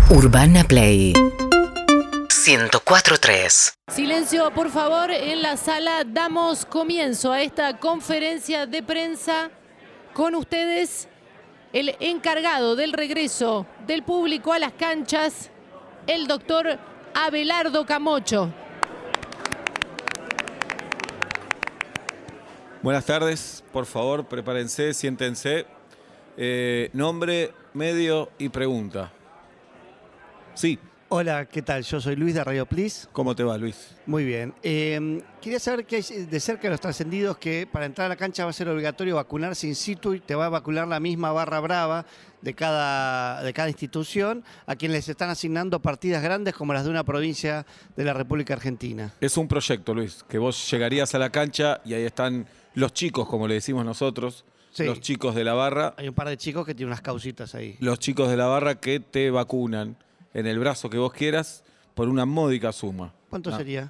Urbana Play 104.3. Silencio, por favor, en la sala. Damos comienzo a esta conferencia de prensa con ustedes, el encargado del regreso del público a las canchas, el doctor Abelardo Camocho. Buenas tardes, por favor, prepárense, siéntense. Nombre, medio y pregunta. Sí. Hola, ¿qué tal? Yo soy Luis de Radio Please. ¿Cómo te va, Luis? Muy bien. Quería saber qué hay de cerca de los trascendidos que para entrar a la cancha va a ser obligatorio vacunarse in situ y te va a vacunar la misma barra brava de cada institución a quienes les están asignando partidas grandes como las de una provincia de la República Argentina. Es un proyecto, Luis, que vos llegarías a la cancha y ahí están los chicos, como le decimos nosotros, Sí. los chicos de la barra. Hay un par de chicos que tienen unas causitas ahí. Los chicos de la barra que te vacunan en el brazo que vos quieras por una módica suma. ¿Cuánto sería?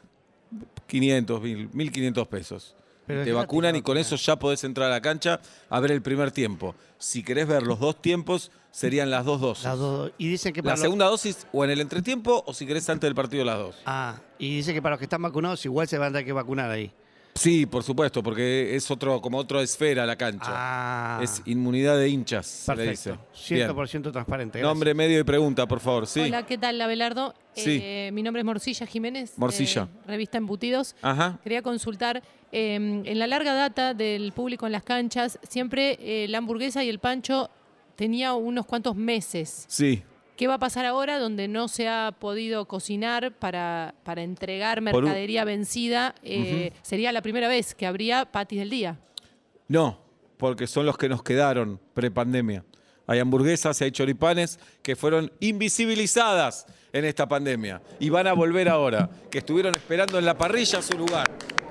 500, 1.500 pesos. Pero Te es vacunan gratis, y con eso ya podés entrar a la cancha a ver el primer tiempo. Si querés ver los dos tiempos, serían las dos dosis. Y dicen que La para segunda dosis o en el entretiempo o si querés antes del partido las dos. y dice que para los que están vacunados igual se van a tener que vacunar ahí. Sí, por supuesto, porque es como otra esfera la cancha. Es inmunidad de hinchas, se le dice. Perfecto, 100% transparente. Gracias. Nombre, medio y pregunta, por favor. Sí. Hola, ¿qué tal, Abelardo? Sí. Mi nombre es Morcilla Jiménez. Morcilla. Revista Embutidos. Ajá. Quería consultar, en la larga data del público en las canchas, siempre la hamburguesa y el pancho tenía unos cuantos meses. Sí. ¿Qué va a pasar ahora donde no se ha podido cocinar para entregar mercadería vencida? Sería la primera vez que habría patis del día. No, porque son los que nos quedaron prepandemia. Hay hamburguesas, hay choripanes que fueron invisibilizadas en esta pandemia y van a volver ahora, que estuvieron esperando en la parrilla su lugar.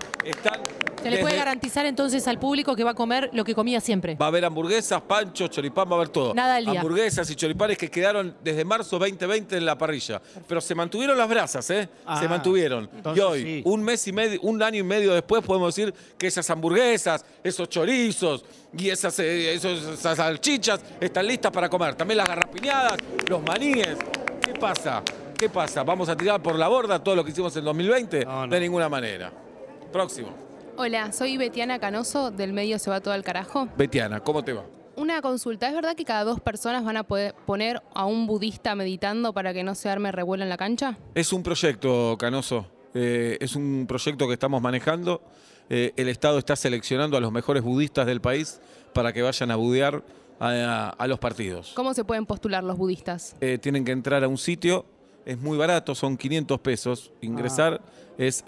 ¿Se le puede garantizar entonces al público que va a comer lo que comía siempre? Va a haber hamburguesas, panchos, choripán, va a haber todo. Nada al día. Hamburguesas y choripanes que quedaron desde marzo 2020 en la parrilla. Pero se mantuvieron las brasas, ¿eh? Se mantuvieron. Entonces, y hoy, sí. un año y medio después, podemos decir que esas hamburguesas, esos chorizos y esas salchichas están listas para comer. También las garrapiñadas, los maníes. ¿Qué pasa? ¿Qué pasa? ¿Vamos a tirar por la borda todo lo que hicimos en 2020? No. De ninguna manera. Próximo. Hola, soy Betiana Canoso, del medio Se va todo al carajo. Betiana, ¿cómo te va? Una consulta, ¿es verdad que cada 2 personas van a poder poner a un budista meditando para que no se arme revuelo en la cancha? Es un proyecto, Canoso. Es un proyecto que estamos manejando. El Estado está seleccionando a los mejores budistas del país para que vayan a budear a los partidos. ¿Cómo se pueden postular los budistas? Tienen que entrar a un sitio. Es muy barato, son 500 pesos. Ingresar es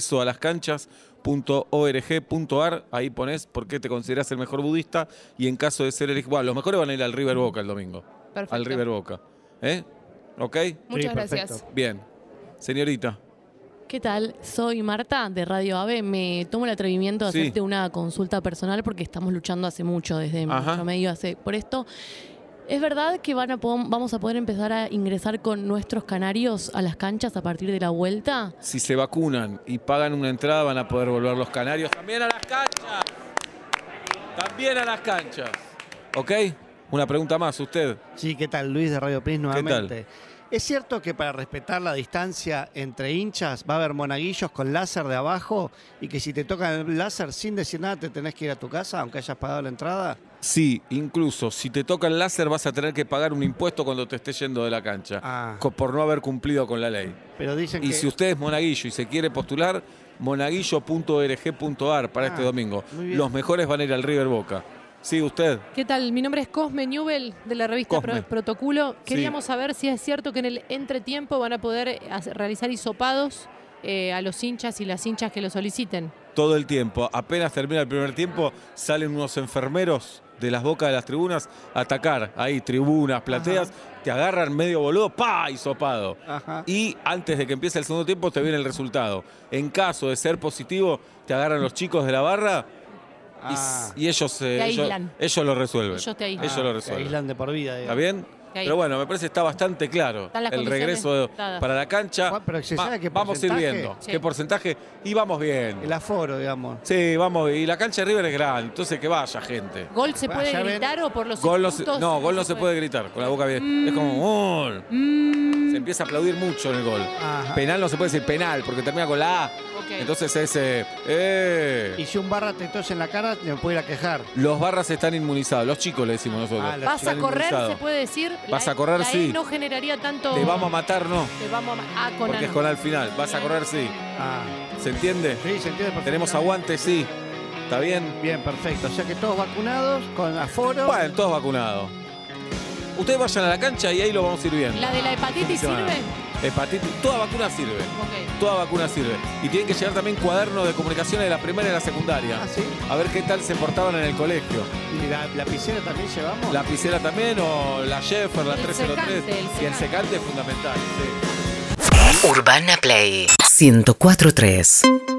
regresoalascanchas.org.ar. Ahí pones por qué te considerás el mejor budista y en caso de ser elegido. Bueno, los mejores van a ir al River Boca el domingo. Perfecto. Al River Boca. ¿Ok? Muchas Sí, gracias. perfecto. Bien. Señorita. ¿Qué tal? Soy Marta de Radio AVE. Me tomo el atrevimiento de Sí. hacerte una consulta personal porque estamos luchando hace mucho, desde nuestro medio, por esto. ¿Es verdad que vamos a poder empezar a ingresar con nuestros canarios a las canchas a partir de la vuelta? Si se vacunan y pagan una entrada, van a poder volver los canarios también a las canchas. También a las canchas. ¿Ok? Una pregunta más, usted. Sí, ¿qué tal? Luis de Radio Please nuevamente. tal? ¿Es cierto que para respetar la distancia entre hinchas va a haber monaguillos con láser de abajo y que si te tocan el láser sin decir nada te tenés que ir a tu casa aunque hayas pagado la entrada? Sí, incluso si te toca el láser vas a tener que pagar un impuesto cuando te estés yendo de la cancha por no haber cumplido con la ley. Pero dicen Y que... si usted es monaguillo y se quiere postular, monaguillo.org.ar para este domingo. muy bien. Los mejores van a ir al River Boca. Sí, usted. ¿Qué tal? Mi nombre es Cosme Newell, de la revista Cosme. Protocolo. Queríamos saber si es cierto que en el entretiempo van a poder realizar hisopados a los hinchas y las hinchas que lo soliciten. Todo el tiempo. Apenas termina el primer tiempo, salen unos enfermeros de las bocas de las tribunas a atacar. Ahí, tribunas, plateas, te agarran medio boludo, ¡pa! Hisopado. Y antes de que empiece el segundo tiempo te viene el resultado. En caso de ser positivo, te agarran los chicos de la barra y ellos lo resuelven. Ellos te aíslan. Ellos lo Se resuelven. aíslan de por vida. ¿Está bien? Pero bueno, me parece que está bastante claro Están las el condiciones regreso dadas. para la cancha. Pero ¿se sabe qué vamos a ir porcentaje? viendo Sí. qué porcentaje y vamos bien. El aforo, digamos. Sí, vamos. Y la cancha de River es grande, entonces que vaya gente. ¿Gol se puede Ya ven. gritar o por los Gol no insultos se puede gritar, con la boca bien. Es como gol. empieza a aplaudir mucho en el gol. Ajá. Penal no se puede decir penal porque termina con la A. Ok. Entonces es... Y si un barra te tose en la cara, me puedo ir a quejar. Los barras están inmunizados. Los chicos le decimos nosotros. Ah, los ¿Vas a Están correr, inmunizados. se puede decir? Vas a correr, la sí. E no generaría tanto... Te vamos a matar, no. Te vamos a... con Porque A es no. con A al final. Vas a correr, sí. Ah, ¿Se entiende? sí, se entiende perfectamente. Tenemos aguante, sí. ¿Está bien? Bien, perfecto. O sea que todos vacunados, con aforo. Bueno, todos vacunados. Ustedes vayan a la cancha y ahí lo vamos a ir viendo. ¿La de la hepatitis Fin de semana. sirve? Hepatitis, toda vacuna sirve. Ok. Toda vacuna sirve. Y tienen que llevar también cuadernos de comunicaciones de la primaria y la secundaria. Ah, ¿sí? A ver qué tal se portaban en el colegio. ¿Y la lapicera también llevamos? Lapicera también o la Sheffer, la El 303. secante, el Y el secante. secante es fundamental, sí. Urbana Play 104.3